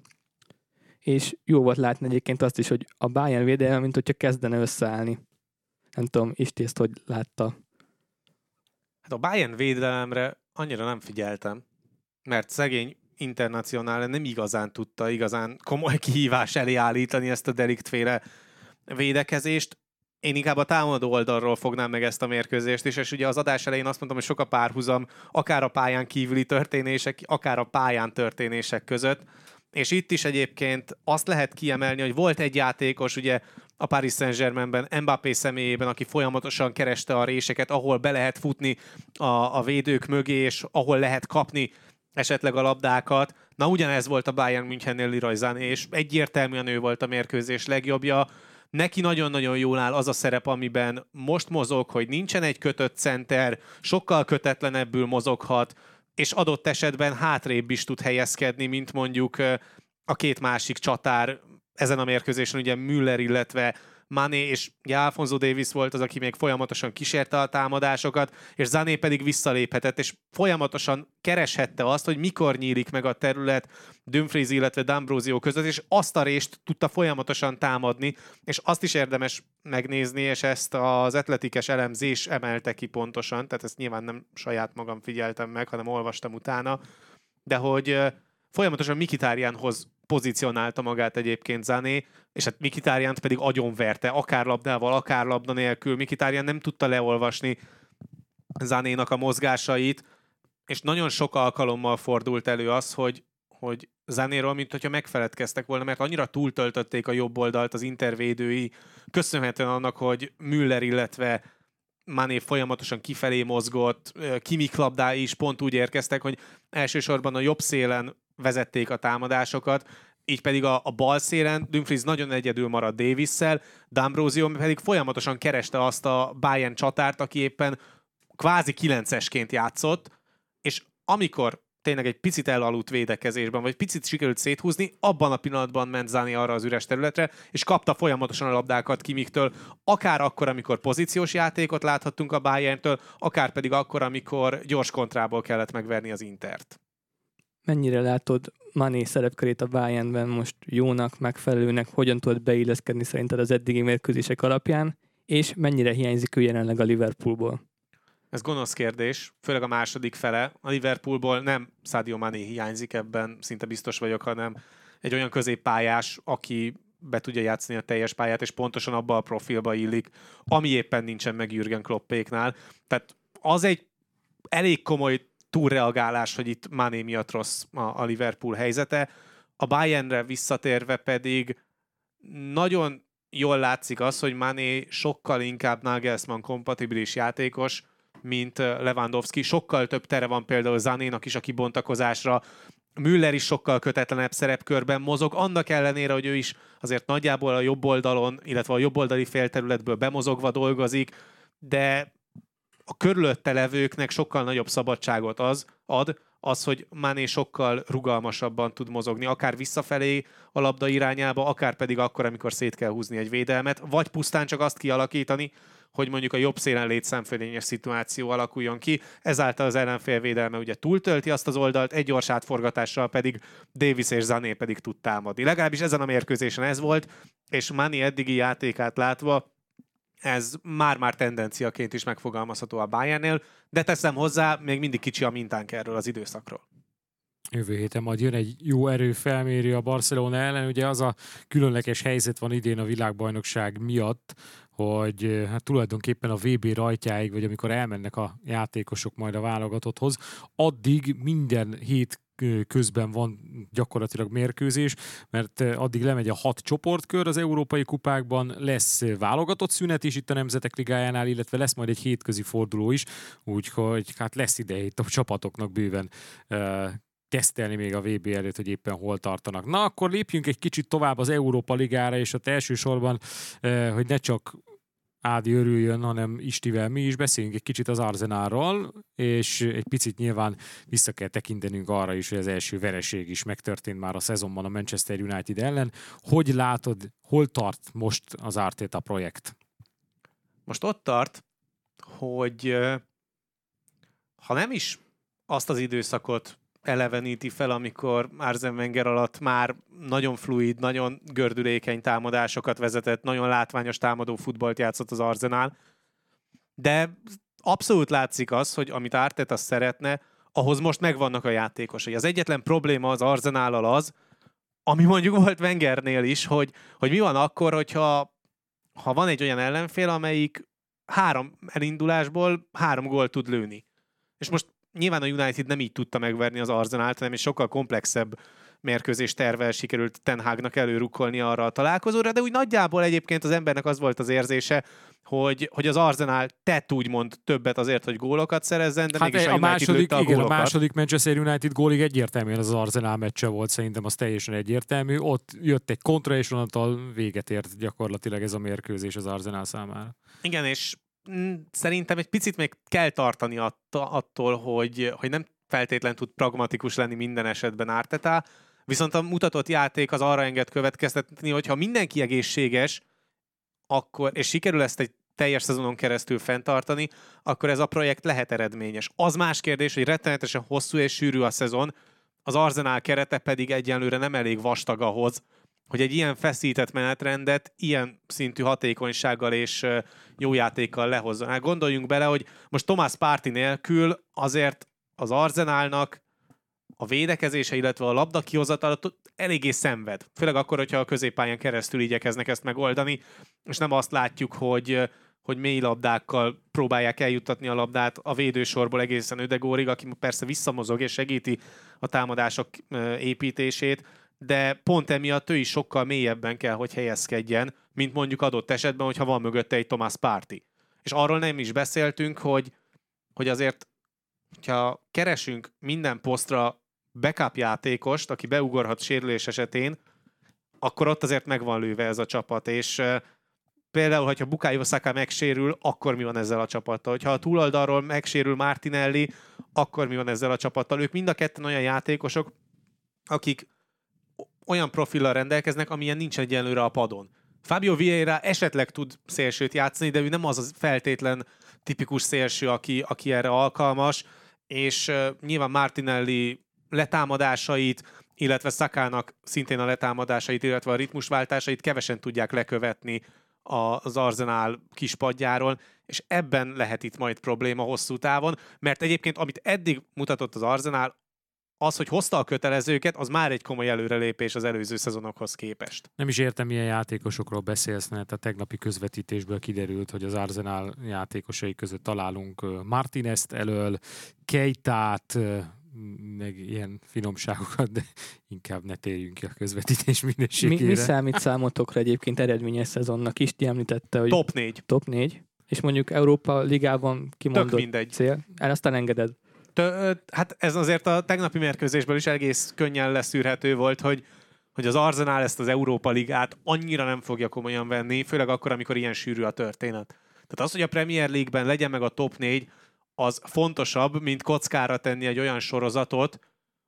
És jó volt látni egyébként azt is, hogy a Bayern védelme, mint hogyha kezdene összeállni. Nem tudom, Isti ezt hogy látta. Hát a Bayern védelemre annyira nem figyeltem, mert szegény Internacional nem igazán tudta komoly kihívás elé állítani ezt a deliktféle védekezést. Én inkább a támadó oldalról fognám meg ezt a mérkőzést is, és ugye az adás elején azt mondtam, hogy sok a párhuzam, akár a pályán kívüli történések, akár a pályán történések között. És itt is egyébként azt lehet kiemelni, hogy volt egy játékos ugye a Paris Saint-Germainben, Mbappé személyében, aki folyamatosan kereste a réseket, ahol be lehet futni a védők mögé, és ahol lehet kapni esetleg a labdákat. Na ugyanez volt a Bayern Münchennél Leroy Sané, és egyértelműen ő volt a mérkőzés legjobbja. Neki nagyon-nagyon jól áll az a szerep, amiben most mozog, hogy nincsen egy kötött center, sokkal kötetlenebbül mozoghat, és adott esetben hátrébb is tud helyezkedni, mint mondjuk a két másik csatár ezen a mérkőzésen, ugye Müller, illetve Mané és Alphonso Davies volt az, aki még folyamatosan kísérte a támadásokat, és Sané pedig visszaléphetett, és folyamatosan kereshette azt, hogy mikor nyílik meg a terület Dumfries, illetve D'Ambrosio között, és azt a rést tudta folyamatosan támadni, és azt is érdemes megnézni, és ezt az atletikes elemzés emelte ki pontosan, tehát ezt nyilván nem saját magam figyeltem meg, hanem olvastam utána, de hogy folyamatosan Mkhitaryanhoz pozícionálta magát egyébként Sané, és hát Mkhitaryant pedig agyonverte, akár labdával, akár labda nélkül. Mkhitaryan nem tudta leolvasni Sanénak a mozgásait, és nagyon sok alkalommal fordult elő az, hogy Sanéról, mint hogyha megfeledkeztek volna, mert annyira túltöltötték a jobb oldalt az intervédői, köszönhetően annak, hogy Müller, illetve Mané folyamatosan kifelé mozgott, Kimmich labdái is pont úgy érkeztek, hogy elsősorban a jobb szélen vezették a támadásokat, így pedig a bal szélen Dumfries nagyon egyedül maradt Davisszel, D'Ambrosio pedig folyamatosan kereste azt a Bayern csatárt, aki éppen kvázi 9-esként játszott, és amikor tényleg egy picit elaludt védekezésben, vagy picit sikerült széthúzni, abban a pillanatban ment Sané arra az üres területre, és kapta folyamatosan a labdákat Kimmichtől, akár akkor, amikor pozíciós játékot láthattunk a Bayerntől, akár pedig akkor, amikor gyors kontrából kellett megverni az Intert. Mennyire látod Mané szerepkörét a Bayernben most jónak, megfelelőnek, hogyan tudod beilleszkedni szerinted az eddigi mérkőzések alapján, és mennyire hiányzik ő jelenleg a Liverpoolból? Ez gonosz kérdés, főleg a második fele. A Liverpoolból nem Sadio Mané hiányzik, ebben szinte biztos vagyok, hanem egy olyan középpályás, aki be tudja játszani a teljes pályát, és pontosan abba a profilba illik, ami éppen nincsen meg Jürgen Kloppéknál. Tehát az egy elég komoly túlreagálás, hogy itt Mané miatt rossz a Liverpool helyzete. A Bayernre visszatérve pedig nagyon jól látszik az, hogy Mané sokkal inkább Nagelsmann kompatibilis játékos, mint Lewandowski. Sokkal több tere van például Sanénak is a kibontakozásra. Müller is sokkal kötetlenebb szerepkörben mozog, annak ellenére, hogy ő is azért nagyjából a jobb oldalon, illetve a jobboldali félterületből bemozogva dolgozik, de a körülötte levőknek sokkal nagyobb szabadságot ad, hogy Mané sokkal rugalmasabban tud mozogni, akár visszafelé a labda irányába, akár pedig akkor, amikor szét kell húzni egy védelmet, vagy pusztán csak azt kialakítani, hogy mondjuk a jobb szélen létszámfölényes szituáció alakuljon ki, ezáltal az ellenfél védelme ugye túltölti azt az oldalt, egy gyors átforgatással pedig Davies és Sané pedig tud támadni. Legalábbis ezen a mérkőzésen ez volt, és Mané eddigi játékát látva ez már tendenciaként is megfogalmazható a Bayernnél, de teszem hozzá, még mindig kicsi a mintánk erről az időszakról. Jövő héten majd jön egy jó erőfelmérő a Barcelona ellen. Ugye az a különleges helyzet van idén a világbajnokság miatt, hogy hát tulajdonképpen a VB rajtjáig, vagy amikor elmennek a játékosok majd a válogatotthoz, addig minden hét közben van gyakorlatilag mérkőzés, mert addig lemegy a 6 csoportkör az európai kupákban, lesz válogatott szünet is itt a Nemzetek Ligájánál, illetve lesz majd egy hétközi forduló is, úgyhogy hát lesz ideje itt a csapatoknak bőven tesztelni még a VB előtt, hogy éppen hol tartanak. Na, akkor lépjünk egy kicsit tovább az Európa Ligára, és ott elsősorban, hogy ne csak Ádi örüljön, hanem Istivel mi is beszéljünk egy kicsit az Arsenalról, és egy picit nyilván vissza kell tekintenünk arra is, hogy az első vereség is megtörtént már a szezonban a Manchester United ellen. Hogy látod, hol tart most az Arteta projekt? Most ott tart, hogy ha nem is azt az időszakot eleveníti fel, amikor Arsene Wenger alatt már nagyon fluid, nagyon gördülékeny támadásokat vezetett, nagyon látványos támadó futballt játszott az Arsenal, de abszolút látszik az, hogy amit Arteta szeretne, ahhoz most megvannak a játékosai. Az egyetlen probléma az Arsenállal az, ami mondjuk volt Wengernél is, hogy mi van akkor, hogyha van egy olyan ellenfél, amelyik 3 elindulásból 3 gólt tud lőni. És most nyilván a United nem így tudta megverni az Arsenalt, hanem egy sokkal komplexebb mérkőzés tervvel sikerült Ten Hagnak előrukkolni arra a találkozóra, de úgy nagyjából egyébként az embernek az volt az érzése, hogy az Arsenal tett úgymond többet azért, hogy gólokat szerezzen, de mégis a United lőtte a gólokat. A második Manchester United gólig egyértelműen az Arsenal meccse volt, szerintem az teljesen egyértelmű. Ott jött egy kontra, és onnantól véget ért gyakorlatilag ez a mérkőzés az Arsenal számára. Igen, és szerintem egy picit még kell tartani attól, hogy nem feltétlen tud pragmatikus lenni minden esetben Arteta, viszont a mutatott játék az arra enged következtetni, hogy ha mindenki egészséges, akkor, és sikerül ezt egy teljes szezonon keresztül fenntartani, akkor ez a projekt lehet eredményes. Az más kérdés, hogy rettenetesen hosszú és sűrű a szezon, az Arsenal kerete pedig egyenlőre nem elég vastag ahhoz, hogy egy ilyen feszített menetrendet ilyen szintű hatékonysággal és jó játékkal lehozzon. Hát gondoljunk bele, hogy most Thomas Partey nélkül azért az Arsenalnak a védekezése, illetve a labda kihozatala eléggé szenved. Főleg akkor, hogyha a középpályán keresztül igyekeznek ezt megoldani, és nem azt látjuk, hogy mély labdákkal próbálják eljuttatni a labdát a védősorból egészen Ödegórig, aki persze visszamozog és segíti a támadások építését, de pont emiatt ő is sokkal mélyebben kell, hogy helyezkedjen, mint mondjuk adott esetben, hogyha van mögötte egy Thomas Partey. És arról nem is beszéltünk, hogy azért, hogyha keresünk minden posztra backup játékost, aki beugorhat sérülés esetén, akkor ott azért meg van lőve ez a csapat, és például, hogyha Bukayo Saka megsérül, akkor mi van ezzel a csapattal? Hogyha a túloldalról megsérül Martinelli, akkor mi van ezzel a csapattal? Ők mind a ketten olyan játékosok, akik olyan profillal rendelkeznek, amilyen nincs egyenlőre a padon. Fabio Vieira esetleg tud szélsőt játszani, de ő nem az a feltétlen tipikus szélső, aki erre alkalmas, és nyilván Martinelli letámadásait, illetve Sakának szintén a letámadásait, illetve a ritmusváltásait kevesen tudják lekövetni az Arsenal kispadjáról, és ebben lehet itt majd probléma hosszú távon, mert egyébként amit eddig mutatott az Arsenal, az, hogy hozta a kötelezőket, az már egy komoly előrelépés az előző szezonokhoz képest. Nem is értem, milyen játékosokról beszélsz, mert a tegnapi közvetítésből kiderült, hogy az Arsenal játékosai között találunk Martinezt elől, Keitát, meg ilyen finomságokat, de inkább ne térjünk ki a közvetítés minőségére. Mi számít számotokra egyébként eredményes szezonnak? Isti említette, hogy Top 4. Top 4. És mondjuk Európa Ligában kimondott cél. Aztán engeded. Hát ez azért a tegnapi mérkőzésből is egész könnyen leszűrhető volt, hogy az Arsenal ezt az Európa Ligát annyira nem fogja komolyan venni, főleg akkor, amikor ilyen sűrű a történet. Tehát az, hogy a Premier League-ben legyen meg a top 4, az fontosabb, mint kockára tenni egy olyan sorozatot,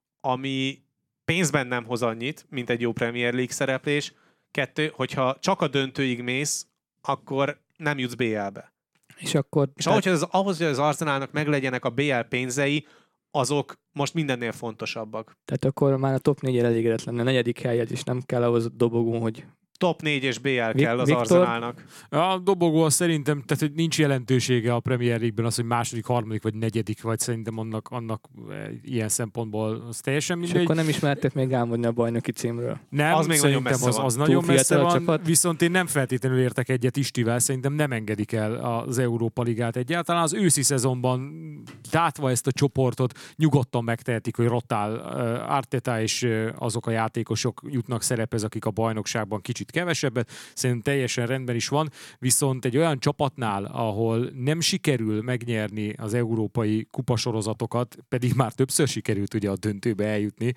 ami pénzben nem hoz annyit, mint egy jó Premier League szereplés. 2, hogyha csak a döntőig mész, akkor nem jutsz BL-be. És ahhoz, hogy az Arsenalnak meglegyenek a BL pénzei, azok most mindennél fontosabbak. Tehát akkor már a top 4-ére elégedett lenne. A 4. helyet is nem kell ahhoz dobogó, hogy Top 4 és BL kell az Viktor? Arsenalnak. A dobogó az szerintem, tehát hogy nincs jelentősége a Premier League-ben az, hogy második, harmadik vagy negyedik, vagy szerintem annak ilyen szempontból az teljesen mindegy. És akkor nem ismertek még álmodni a bajnoki címről. Nem, az még nagyon messze van. Az nagyon messze van, csapat. viszont én nem feltétlenül értek egyet Istivel, szerintem nem engedik el az Európa Ligát egyáltalán. Az őszi szezonban látva ezt a csoportot nyugodtan megtehetik, hogy rotál Arteta és azok a játékosok jutnak szerephez, akik a bajnokságban kicsit kevesebbet, szerintem teljesen rendben is van, viszont egy olyan csapatnál, ahol nem sikerül megnyerni az európai kupasorozatokat, pedig már többször sikerült ugye a döntőbe eljutni,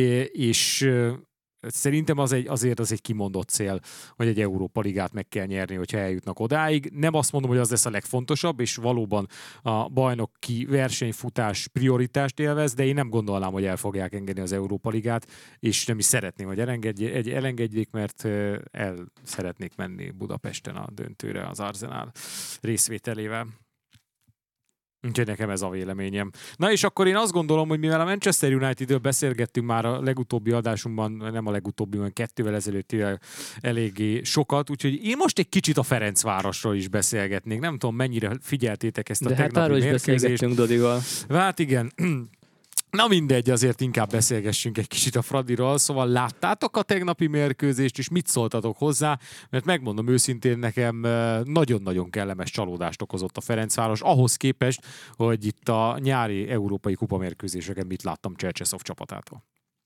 és szerintem azért az egy kimondott cél, hogy egy Európa Ligát meg kell nyerni, hogyha eljutnak odáig. Nem azt mondom, hogy az lesz a legfontosabb, és valóban a bajnoki versenyfutás prioritást élvez, de én nem gondolnám, hogy el fogják engedni az Európa Ligát, és nem is szeretném, hogy elengedjék, mert el szeretnék menni Budapesten a döntőre az Arsenal részvételével. Úgyhogy nekem ez a véleményem. Na és akkor én azt gondolom, hogy mivel a Manchester United-ről beszélgettünk már a legutóbbi adásunkban, nem a legutóbbiban, 2-vel ezelőtt eléggé sokat, úgyhogy én most egy kicsit a Ferencvárosról is beszélgetnék. Nem tudom, mennyire figyeltétek ezt a tegnapi mérkőzést. De hát arról is beszélgettünk Dodival. Hát igen. Na mindegy, azért inkább beszélgessünk egy kicsit a Fradiról. Szóval láttátok a tegnapi mérkőzést, és mit szóltatok hozzá? Mert megmondom őszintén, nekem nagyon-nagyon kellemes csalódást okozott a Ferencváros, ahhoz képest, hogy itt a nyári európai kupamérkőzéseken mit láttam Csercseszov csapatától.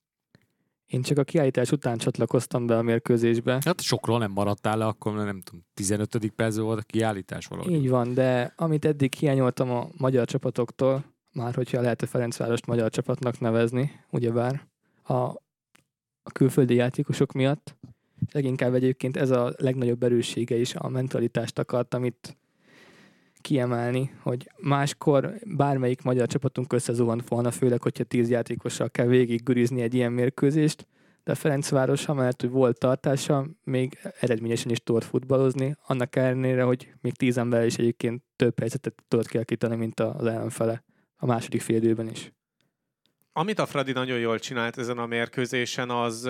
Én csak a kiállítás után csatlakoztam be a mérkőzésbe. Hát sokról nem maradtál le, akkor nem tudom, 15. percben volt a kiállítás valahogy. Így van, de amit eddig hiányoltam a magyar csapatoktól, már hogyha lehet a Ferencvárost magyar csapatnak nevezni, ugyebár a külföldi játékosok miatt. Leginkább egyébként ez a legnagyobb erőssége is, a mentalitást akartam itt kiemelni, hogy máskor bármelyik magyar csapatunk összezuhant volna, főleg, hogyha 10 játékossal kell végig gürizni egy ilyen mérkőzést, de a Ferencváros amellett, hogy volt tartása, még eredményesen is tudott futballozni, annak ellenére, hogy még 10 ember is egyébként több helyzetet tudott kialakítani, mint az ellenfele a második fél időben is. Amit a Fradi nagyon jól csinált ezen a mérkőzésen,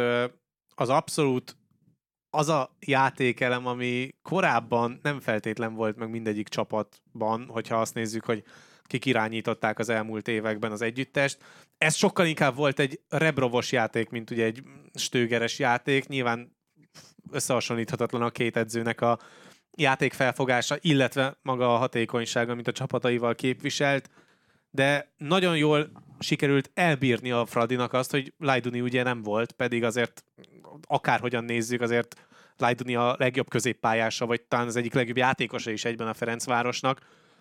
az abszolút az a játékelem, ami korábban nem feltétlen volt meg mindegyik csapatban, hogyha azt nézzük, hogy kik irányították az elmúlt években az együttest. Ez sokkal inkább volt egy rebrovos játék, mint ugye egy stögeres játék. Nyilván összehasonlíthatatlan a két edzőnek a játékfelfogása, illetve maga a hatékonysága, amit a csapataival képviselt, de nagyon jól sikerült elbírni a Fradinak azt, hogy Lajduni ugye nem volt, pedig azért akárhogyan nézzük, azért Lajduni a legjobb középpályása, vagy talán az egyik legjobb játékosa is egyben a Ferencvárosnak,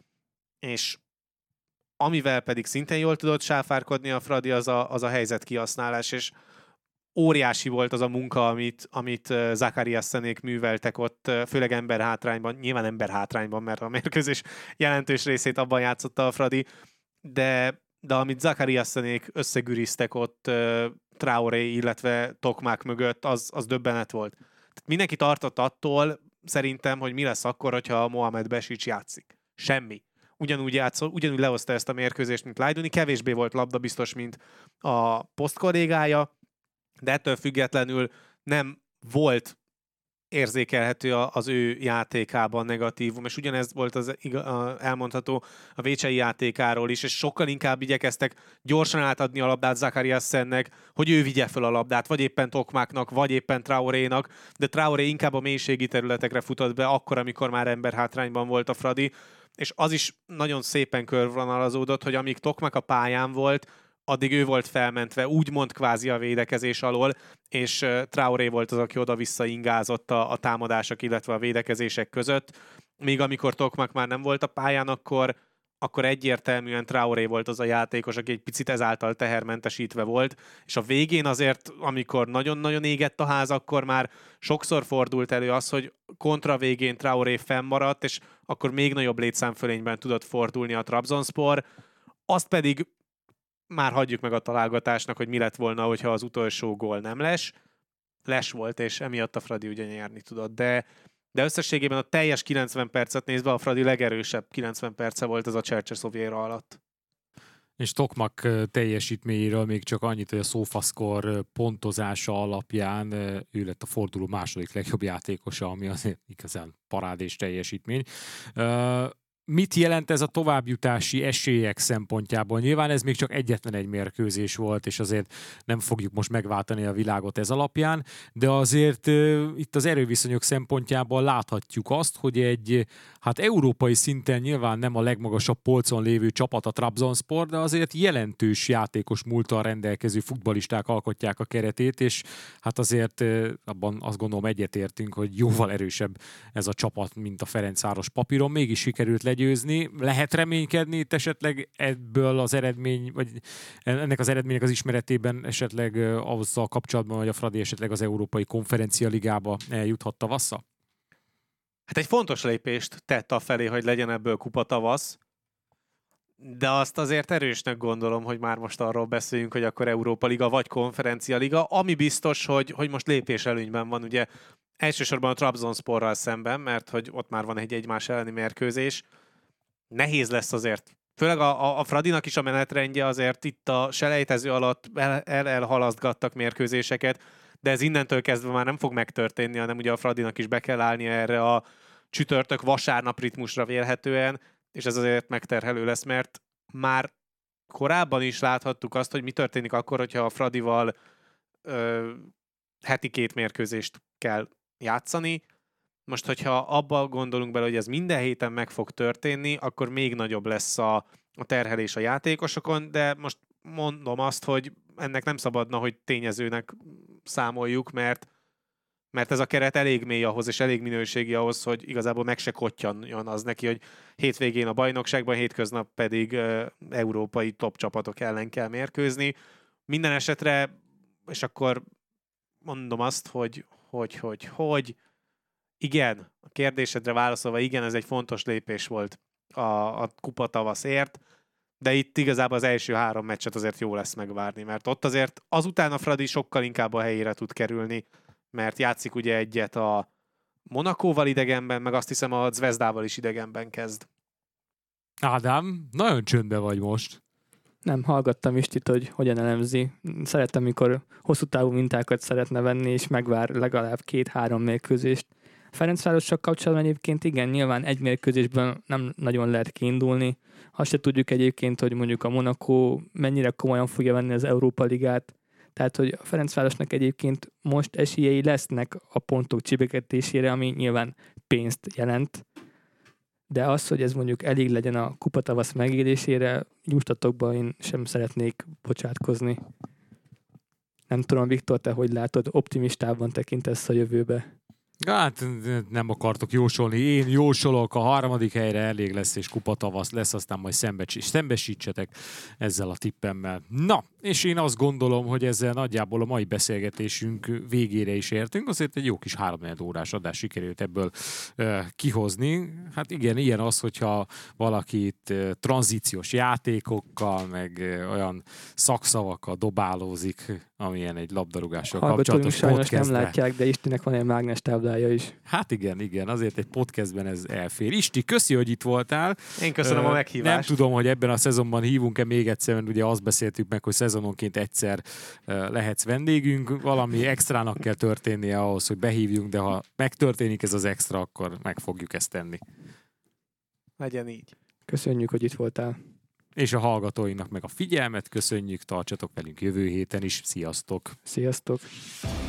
és amivel pedig szintén jól tudott sáfárkodni a Fradi, az a helyzet kihasználás, és óriási volt az a munka, amit Zakariasszenék műveltek ott, főleg emberhátrányban, nyilván emberhátrányban, mert a mérkőzés jelentős részét abban játszotta a Fradi, de amit Zakariasszenék összegüriztek ott Traoré, illetve Tokmák mögött, az döbbenet volt. Tehát mindenki tartott attól, szerintem, hogy mi lesz akkor, hogyha Mohamed Besics játszik. Semmi. Ugyanúgy lehozta ezt a mérkőzést, mint Lajduni, kevésbé volt labdabiztos, mint a posztkollégája, de ettől függetlenül nem volt érzékelhető az ő játékában negatívum, és ugyanez volt elmondható a Vécsei játékáról is, és sokkal inkább igyekeztek gyorsan átadni a labdát Zakariassennek, hogy ő vigye fel a labdát, vagy éppen Tokmáknak, vagy éppen Traorénak, de Traoré inkább a mélységi területekre futott be, akkor, amikor már emberhátrányban volt a Fradi, és az is nagyon szépen körvonalazódott, hogy amíg Tokmak a pályán volt, addig ő volt felmentve, úgymond kvázi a védekezés alól, és Traoré volt az, aki oda-vissza ingázott a támadások, illetve a védekezések között. Míg amikor Tokmak már nem volt a pályán, akkor egyértelműen Traoré volt az a játékos, aki egy picit ezáltal tehermentesítve volt, és a végén azért, amikor nagyon-nagyon égett a ház, akkor már sokszor fordult elő az, hogy kontra végén Traoré fennmaradt, és akkor még nagyobb létszámfölényben tudott fordulni a Trabzonspor. Azt pedig már hagyjuk meg a találgatásnak, hogy mi lett volna, hogyha az utolsó gól nem les volt, és emiatt a Fradi ugye nyerni tudott. De összességében a teljes 90 percet nézve a Fradi legerősebb 90 perce volt ez a Csercseszovjéra alatt. És Tokmak teljesítményéről még csak annyit, hogy a SofaScore pontozása alapján ő lett a forduló második legjobb játékosa, ami azért igazán parádés teljesítmény. Mit jelent ez a továbbjutási esélyek szempontjából? Nyilván ez még csak egyetlen egy mérkőzés volt, és azért nem fogjuk most megváltani a világot ez alapján, de azért itt az erőviszonyok szempontjából láthatjuk azt, hogy egy európai szinten nyilván nem a legmagasabb polcon lévő csapat a Trabzonspor, de azért jelentős játékos múlttal rendelkező futballisták alkotják a keretét, és hát azért abban azt gondolom egyetértünk, hogy jóval erősebb ez a csapat, mint a Ferencváros papíron. Mégis sikerült legyőzni. Lehet reménykedni itt esetleg ebből az eredmény, vagy ennek az eredménynek az ismeretében esetleg azzal kapcsolatban, hogy a Fradi esetleg az Európai Konferencia Ligába eljuthat tavasszal? Hát egy fontos lépést tett afelé, hogy legyen ebből kupa tavasz, de azt azért erősnek gondolom, hogy már most arról beszéljünk, hogy akkor Európa Liga vagy Konferencia Liga, ami biztos, hogy most lépés előnyben van ugye elsősorban a Trabzonsporral szemben, mert hogy ott már van egy egymás elleni mérkőzés. Nehéz lesz azért. Főleg a Fradinak is a menetrendje azért itt a selejtező alatt elhalasztgattak mérkőzéseket, de ez innentől kezdve már nem fog megtörténni, hanem ugye a Fradinak is be kell állnia erre a csütörtök-vasárnap ritmusra vélhetően, és ez azért megterhelő lesz, mert már korábban is láthattuk azt, hogy mi történik akkor, hogyha a Fradival heti 2 mérkőzést kell játszani. Most, hogyha abba gondolunk bele, hogy ez minden héten meg fog történni, akkor még nagyobb lesz a terhelés a játékosokon, de most mondom azt, hogy ennek nem szabadna, hogy tényezőnek számoljuk, mert ez a keret elég mély ahhoz, és elég minőségi ahhoz, hogy igazából meg se kottyanjon az neki, hogy hétvégén a bajnokságban, hétköznap pedig európai top csapatok ellen kell mérkőzni. Minden esetre, és akkor mondom azt, hogy igen, a kérdésedre válaszolva, igen, ez egy fontos lépés volt a kupa tavaszért, de itt igazából az első 3 meccset azért jó lesz megvárni, mert ott azért azután a Fradi sokkal inkább a helyére tud kerülni, mert játszik ugye egyet a Monakóval idegenben, meg azt hiszem a Zvezdával is idegenben kezd. Ádám, nagyon csöndbe vagy most. Nem, hallgattam Istit, hogy hogyan elemzi. Szeretem, mikor hosszú távú mintákat szeretne venni, és megvár legalább 2-3 mérkőzést. Ferencvárossal kapcsolatban egyébként igen, nyilván egy mérkőzésben nem nagyon lehet kiindulni. Azt se tudjuk egyébként, hogy mondjuk a Monaco mennyire komolyan fogja venni az Európa Ligát. Tehát, hogy a Ferencvárosnak egyébként most esélyei lesznek a pontok csibegetésére, ami nyilván pénzt jelent. De az, hogy ez mondjuk elég legyen a kupatavasz megélésére, justatokban én sem szeretnék bocsátkozni. Nem tudom, Viktor, te hogy látod, optimistában tekintesz a jövőbe? Hát nem akartok jósolni. Én jósolok, a 3. helyre elég lesz, és kupatavasz lesz, aztán majd szembesítsetek ezzel a tippemmel. Na, és én azt gondolom, hogy ezzel nagyjából a mai beszélgetésünk végére is értünk. Azért egy jó kis 3 órás adás sikerült ebből kihozni. Hát igen, ilyen az, hogyha valakit tranzíciós játékokkal, meg olyan szakszavakkal dobálózik, amilyen egy labdarúgással kapcsolatos podcastben. Nem látják, de Istinek van egy mágnes táblája is. Hát igen, azért egy podcastben ez elfér. Isti, köszi, hogy itt voltál. Én köszönöm a meghívást. Nem tudom, hogy ebben a szezonban hívunk-e még egyszer, mert ugye azt beszéltük meg, hogy szezononként egyszer lehetsz vendégünk. Valami extrának kell történnie ahhoz, hogy behívjunk, de ha megtörténik ez az extra, akkor meg fogjuk ezt tenni. Legyen így. Köszönjük, hogy itt voltál. És a hallgatóinknak meg a figyelmet köszönjük, tartsatok velünk jövő héten is. Sziasztok! Sziasztok!